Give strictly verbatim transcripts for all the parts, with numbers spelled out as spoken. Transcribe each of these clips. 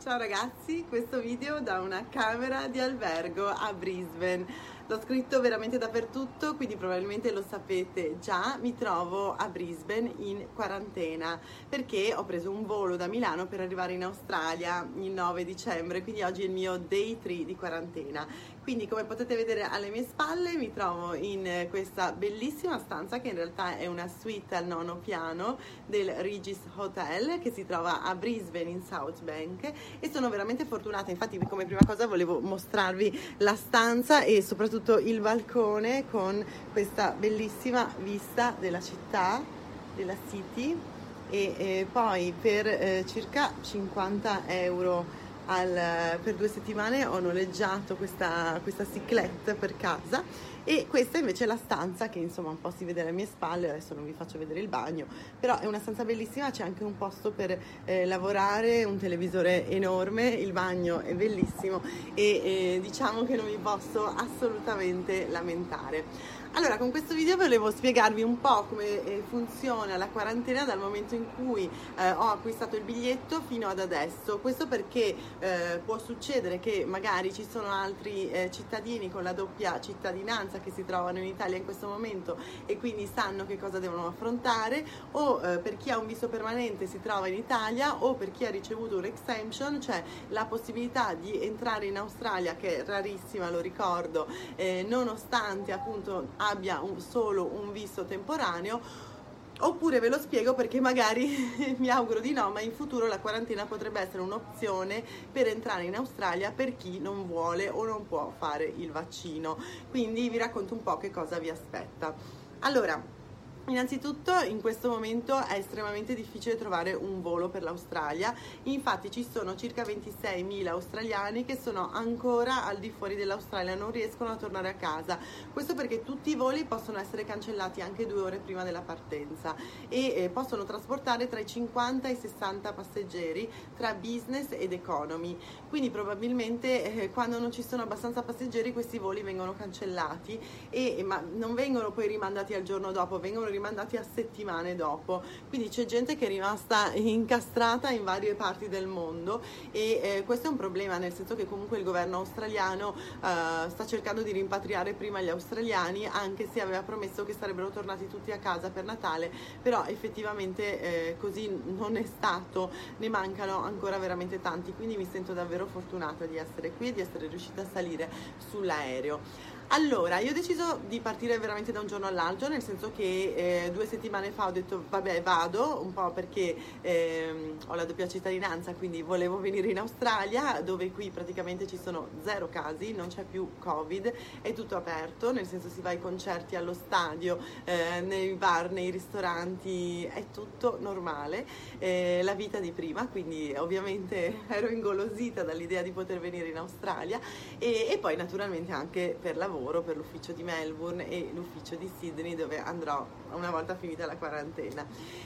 Ciao ragazzi, questo video da una camera di albergo a Brisbane. L'ho scritto veramente dappertutto, quindi probabilmente lo sapete già. Mi trovo a Brisbane in quarantena perché ho preso un volo da Milano per arrivare in Australia il nove dicembre, quindi oggi è il mio day tre di quarantena. Quindi, come potete vedere alle mie spalle, mi trovo in questa bellissima stanza che in realtà è una suite al nono piano del Regis Hotel che si trova a Brisbane in South Bank, e sono veramente fortunata. Infatti, come prima cosa volevo mostrarvi la stanza e soprattutto il balcone con questa bellissima vista della città, della city, e, e poi per eh, circa cinquanta euro Al, per due settimane ho noleggiato questa, questa cyclette per casa, e questa invece è la stanza che insomma un po' si vede alle mie spalle. Adesso non vi faccio vedere il bagno, però è una stanza bellissima, c'è anche un posto per eh, lavorare, un televisore enorme, il bagno è bellissimo e eh, diciamo che non mi posso assolutamente lamentare. Allora, con questo video volevo spiegarvi un po' come eh, funziona la quarantena dal momento in cui eh, ho acquistato il biglietto fino ad adesso. Questo perché eh, può succedere che magari ci sono altri eh, cittadini con la doppia cittadinanza che si trovano in Italia in questo momento e quindi sanno che cosa devono affrontare, o eh, per chi ha un visto permanente si trova in Italia, o per chi ha ricevuto un exemption, cioè la possibilità di entrare in Australia, che è rarissima, lo ricordo, eh, nonostante appunto abbia un, solo un visto temporaneo. Oppure ve lo spiego perché magari mi auguro di no, ma in futuro la quarantena potrebbe essere un'opzione per entrare in Australia per chi non vuole o non può fare il vaccino. Quindi vi racconto un po' che cosa vi aspetta. Allora, innanzitutto in questo momento è estremamente difficile trovare un volo per l'Australia. Infatti ci sono circa ventiseimila australiani che sono ancora al di fuori dell'Australia, non riescono a tornare a casa. Questo perché tutti i voli possono essere cancellati anche due ore prima della partenza e eh, possono trasportare tra i cinquanta e i sessanta passeggeri tra business ed economy. Quindi probabilmente eh, quando non ci sono abbastanza passeggeri questi voli vengono cancellati e eh, ma non vengono poi rimandati al giorno dopo, vengono rimandati a settimane dopo. Quindi c'è gente che è rimasta incastrata in varie parti del mondo e eh, questo è un problema, nel senso che comunque il governo australiano eh, sta cercando di rimpatriare prima gli australiani, anche se aveva promesso che sarebbero tornati tutti a casa per Natale, però effettivamente eh, così non è stato, ne mancano ancora veramente tanti. Quindi mi sento davvero fortunata di essere qui e di essere riuscita a salire sull'aereo. Allora, io ho deciso di partire veramente da un giorno all'altro, nel senso che eh, due settimane fa ho detto vabbè vado, un po' perché ehm, ho la doppia cittadinanza, quindi volevo venire in Australia, dove qui praticamente ci sono zero casi, non c'è più Covid, è tutto aperto, nel senso si va ai concerti, allo stadio, eh, nei bar, nei ristoranti, è tutto normale, eh, la vita di prima, quindi ovviamente ero ingolosita dall'idea di poter venire in Australia e, e poi naturalmente anche per lavoro, per l'ufficio di Melbourne e l'ufficio di Sydney, dove andrò una volta finita la quarantena.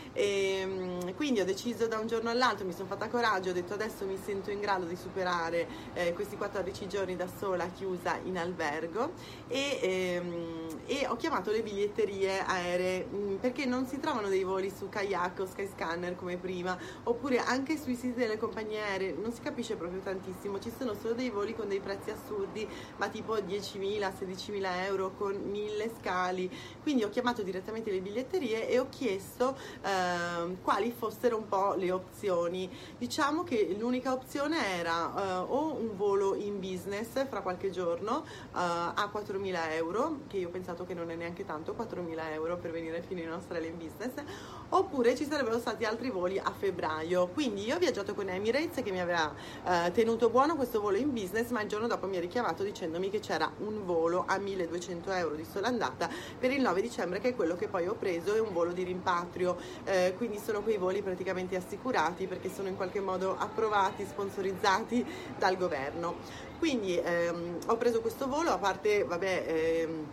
E quindi ho deciso da un giorno all'altro, mi sono fatta coraggio, ho detto adesso mi sento in grado di superare eh, questi quattordici giorni da sola chiusa in albergo e, ehm, e ho chiamato le biglietterie aeree mh, perché non si trovano dei voli su Kayak o Skyscanner come prima, oppure anche sui siti delle compagnie aeree non si capisce proprio tantissimo, ci sono solo dei voli con dei prezzi assurdi, ma tipo diecimila, sedicimila euro con mille scali. Quindi ho chiamato direttamente le biglietterie e ho chiesto eh, quali fossero un po' le opzioni. Diciamo che l'unica opzione era eh, o un volo in business fra qualche giorno eh, a quattromila euro, che io ho pensato che non è neanche tanto, quattromila euro per venire fino in Australia in business, oppure ci sarebbero stati altri voli a febbraio. Quindi io ho viaggiato con Emirates che mi aveva eh, tenuto buono questo volo in business, ma il giorno dopo mi ha richiamato dicendomi che c'era un volo a milleduecento euro di sola andata per il nove dicembre, che è quello che poi ho preso, è un volo di rimpatrio, eh, quindi sono quei voli praticamente assicurati perché sono in qualche modo approvati, sponsorizzati dal governo. Quindi ehm, ho preso questo volo, a parte vabbè ehm,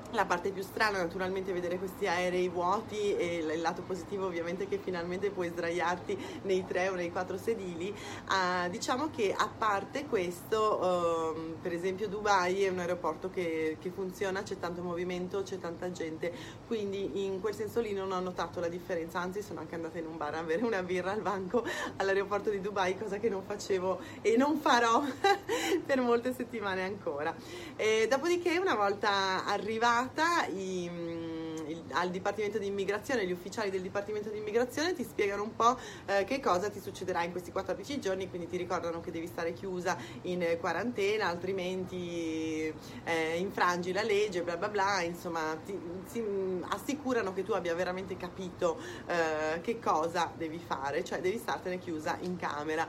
La parte più strana naturalmente è vedere questi aerei vuoti, e il lato positivo ovviamente è che finalmente puoi sdraiarti nei tre o nei quattro sedili. Uh, diciamo che a parte questo, um, per esempio Dubai è un aeroporto che, che funziona, c'è tanto movimento, c'è tanta gente, quindi in quel senso lì non ho notato la differenza, anzi sono anche andata in un bar a bere una birra al banco all'aeroporto di Dubai, cosa che non facevo e non farò per molte settimane ancora. E dopodiché, una volta arrivata I, il, al Dipartimento di Immigrazione, gli ufficiali del Dipartimento di Immigrazione ti spiegano un po' eh, che cosa ti succederà in questi quattordici giorni, quindi ti ricordano che devi stare chiusa in quarantena, altrimenti eh, infrangi la legge, bla bla bla, insomma ti, ti assicurano che tu abbia veramente capito eh, che cosa devi fare, cioè devi startene chiusa in camera.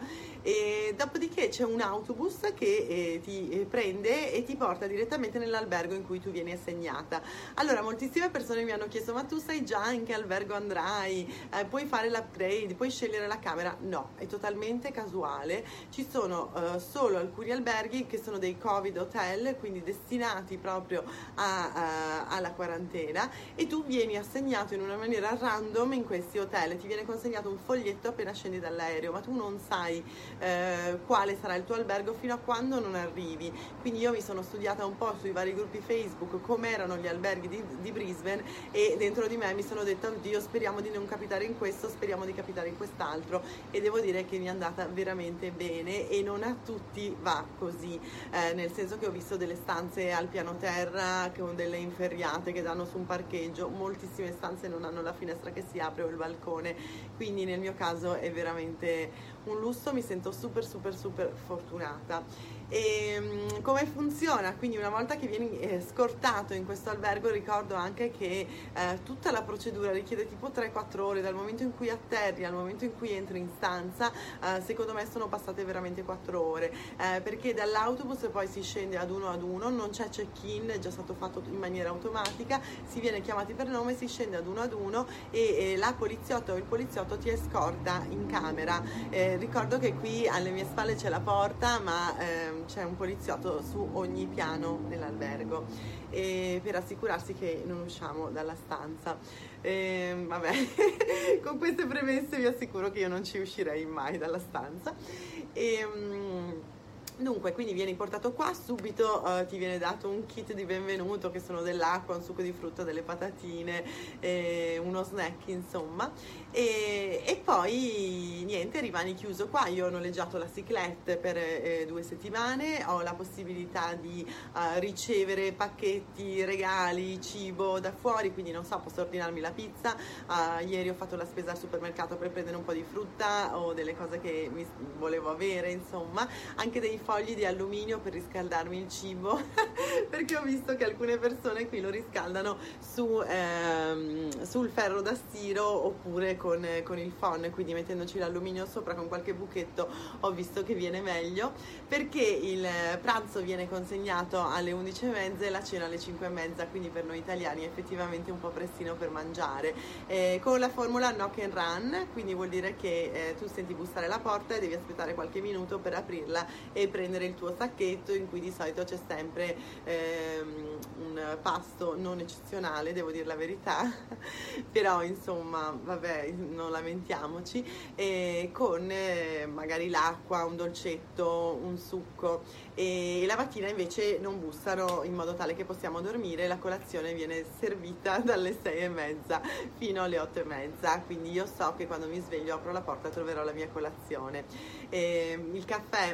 E dopodiché c'è un autobus che eh, ti eh, prende e ti porta direttamente nell'albergo in cui tu vieni assegnata. Allora, moltissime persone mi hanno chiesto: ma tu sai già in che albergo andrai? Eh, puoi fare l'upgrade? Puoi scegliere la camera? No, è totalmente casuale. Ci sono eh, solo alcuni alberghi che sono dei Covid hotel, quindi destinati proprio a, a, alla quarantena, e tu vieni assegnato in una maniera random in questi hotel. Ti viene consegnato un foglietto appena scendi dall'aereo, ma tu non sai eh, quale sarà il tuo albergo fino a quando non arrivi. Quindi io mi sono studiata un po' sui vari gruppi Facebook com'erano gli alberghi di, di Brisbane, e dentro di me mi sono detta: oddio, speriamo di non capitare in questo, speriamo di capitare in quest'altro, e devo dire che mi è andata veramente bene, e non a tutti va così, eh, nel senso che ho visto delle stanze al piano terra con delle inferriate che danno su un parcheggio, moltissime stanze non hanno la finestra che si apre o il balcone, quindi nel mio caso è veramente un lusso, mi sento super super super fortunata. E um, come funziona? Quindi una volta che vieni eh, scortato in questo albergo, ricordo anche che eh, tutta la procedura richiede tipo tre quattro ore, dal momento in cui atterri al momento in cui entri in stanza. Eh, secondo me sono passate veramente quattro ore, eh, perché dall'autobus poi si scende ad uno ad uno, non c'è check-in, è già stato fatto in maniera automatica, si viene chiamati per nome, si scende ad uno ad uno, e, e la poliziotto o il poliziotto ti escorta in camera. Eh, ricordo che qui alle mie spalle c'è la porta, ma ehm, c'è un poliziotto su ogni piano dell'albergo, e per assicurarsi che non usciamo dalla stanza. E, vabbè, con queste premesse vi assicuro che io non ci uscirei mai dalla stanza. E, um, Dunque, quindi vieni portato qua, subito uh, ti viene dato un kit di benvenuto, che sono dell'acqua, un succo di frutta, delle patatine, eh, uno snack, insomma, e, e poi niente, rimani chiuso qua. Io ho noleggiato la cyclette per eh, due settimane, ho la possibilità di uh, ricevere pacchetti, regali, cibo da fuori, quindi non so, posso ordinarmi la pizza. Uh, ieri ho fatto la spesa al supermercato per prendere un po' di frutta o delle cose che mi volevo avere, insomma, anche dei fogli di alluminio per riscaldarmi il cibo perché ho visto che alcune persone qui lo riscaldano su, ehm, sul ferro da stiro oppure con, con il phon, quindi mettendoci l'alluminio sopra con qualche buchetto ho visto che viene meglio, perché il pranzo viene consegnato alle undici e mezza e la cena alle cinque e mezza, quindi per noi italiani è effettivamente un po' prestino per mangiare, eh, con la formula knock and run, quindi vuol dire che eh, tu senti bussare la porta e devi aspettare qualche minuto per aprirla e prendere il tuo sacchetto, in cui di solito c'è sempre ehm, un pasto non eccezionale, devo dire la verità però insomma vabbè, non lamentiamoci, e con eh, magari l'acqua, un dolcetto, un succo, e la mattina invece non bussano, in modo tale che possiamo dormire. La colazione viene servita dalle sei e mezza fino alle otto e mezza, quindi io so che quando mi sveglio, apro la porta, troverò la mia colazione. E il caffè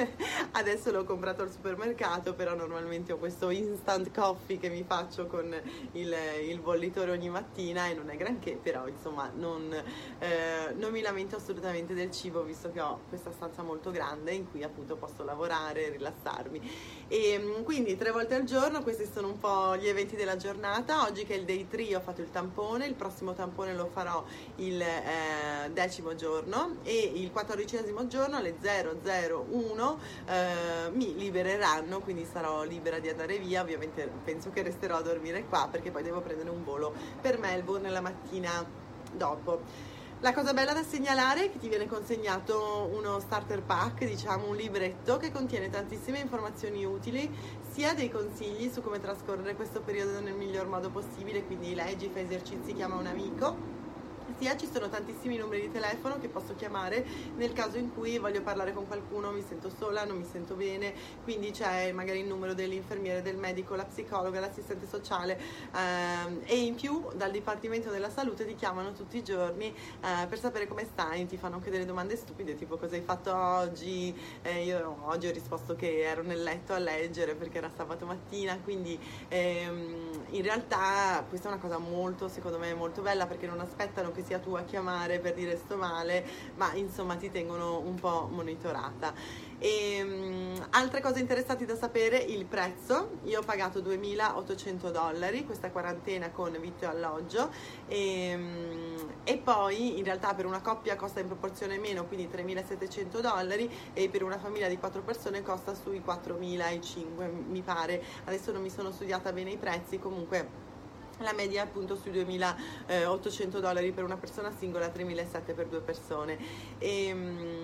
adesso l'ho comprato al supermercato, però normalmente ho questo instant coffee che mi faccio con il, il bollitore ogni mattina, e non è granché, però insomma non, eh, non mi lamento assolutamente del cibo, visto che ho questa stanza molto grande in cui appunto posso lavorare, rilassarmi. E quindi tre volte al giorno questi sono un po' gli eventi della giornata. Oggi, che è il day tre, ho fatto il tampone, il prossimo tampone lo farò il eh, decimo giorno, e il quattordicesimo giorno alle zero zero uno eh, mi libereranno, quindi sarò libera di andare via. Ovviamente penso che resterò a dormire qua, perché poi devo prendere un volo per Melbourne la mattina dopo. La cosa bella da segnalare è che ti viene consegnato uno starter pack, diciamo un libretto che contiene tantissime informazioni utili, sia dei consigli su come trascorrere questo periodo nel miglior modo possibile, quindi leggi, fai esercizi, chiama un amico, sia ci sono tantissimi numeri di telefono che posso chiamare nel caso in cui voglio parlare con qualcuno, mi sento sola, non mi sento bene, quindi c'è magari il numero dell'infermiere, del medico, la psicologa, l'assistente sociale, ehm, e in più dal Dipartimento della Salute ti chiamano tutti i giorni eh, per sapere come stai, ti fanno anche delle domande stupide tipo cosa hai fatto oggi, eh, io oggi ho risposto che ero nel letto a leggere perché era sabato mattina, quindi ehm, in realtà questa è una cosa molto, secondo me, molto bella, perché non aspettano che sia tu a chiamare per dire sto male, ma insomma ti tengono un po' monitorata. E, um, altre cose interessanti da sapere: il prezzo. Io ho pagato duemilaottocento dollari questa quarantena con vitto e alloggio, e, um, e poi in realtà per una coppia costa in proporzione meno, quindi tremilasettecento dollari, e per una famiglia di quattro persone costa sui quattromilacinquecento mi pare. Adesso non mi sono studiata bene i prezzi, comunque la media è appunto sui duemilaottocento dollari per una persona singola, tremilasettecento per due persone. E,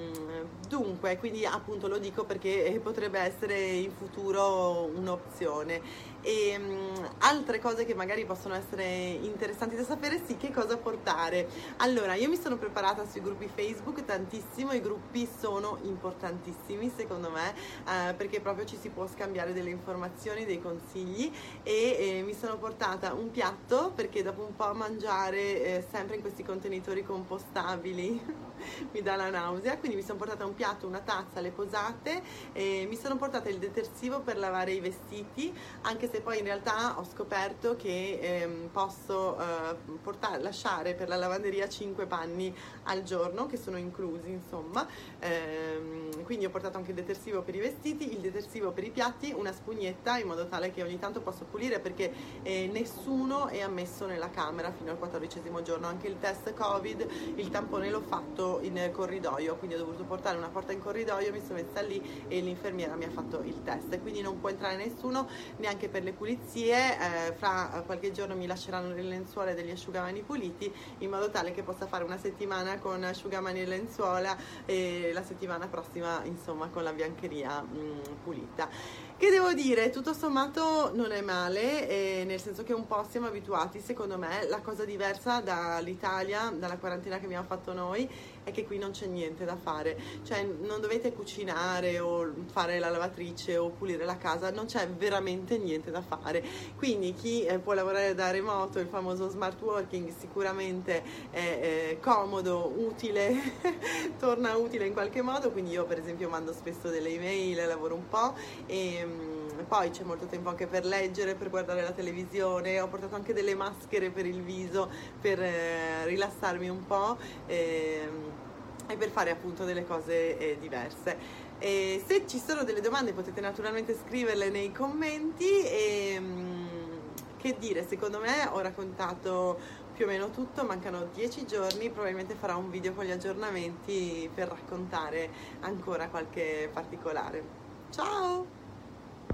dunque, quindi appunto lo dico perché potrebbe essere in futuro un'opzione. E um, altre cose che magari possono essere interessanti da sapere, sì, che cosa portare. Allora, io mi sono preparata sui gruppi Facebook tantissimo, i gruppi sono importantissimi secondo me, eh, perché proprio ci si può scambiare delle informazioni, dei consigli, e eh, mi sono portata un piatto perché dopo un po' mangiare eh, sempre in questi contenitori compostabili mi dà la nausea, quindi mi sono portata un piatto, una tazza, le posate, e mi sono portata il detersivo per lavare i vestiti, anche se poi in realtà ho scoperto che ehm, posso eh, portare, lasciare per la lavanderia cinque panni al giorno che sono inclusi, insomma, ehm, quindi ho portato anche il detersivo per i vestiti, il detersivo per i piatti, una spugnetta in modo tale che ogni tanto posso pulire, perché eh, nessuno è ammesso nella camera fino al quattordicesimo giorno. Anche il test Covid, il tampone l'ho fatto in corridoio, quindi ho dovuto portare una porta in corridoio, mi sono messa lì e l'infermiera mi ha fatto il test, quindi non può entrare nessuno neanche per le pulizie. Eh, fra qualche giorno mi lasceranno le lenzuola e degli asciugamani puliti, in modo tale che possa fare una settimana con asciugamani e lenzuola e la settimana prossima insomma con la biancheria mh, pulita. Che devo dire, tutto sommato non è male, eh, nel senso che un po' siamo abituati. Secondo me la cosa diversa dall'Italia, dalla quarantena che abbiamo fatto noi, è che qui non c'è niente da fare, cioè non dovete cucinare o fare la lavatrice o pulire la casa, non c'è veramente niente da fare. Quindi chi eh, può lavorare da remoto, il famoso smart working, sicuramente è eh, comodo, utile, torna utile in qualche modo. Quindi io per esempio mando spesso delle email, lavoro un po', e poi c'è molto tempo anche per leggere, per guardare la televisione. Ho portato anche delle maschere per il viso per eh, rilassarmi un po' e, e per fare appunto delle cose eh, diverse. E se ci sono delle domande potete naturalmente scriverle nei commenti. E che dire, secondo me ho raccontato più o meno tutto, mancano dieci giorni, probabilmente farò un video con gli aggiornamenti per raccontare ancora qualche particolare. Ciao!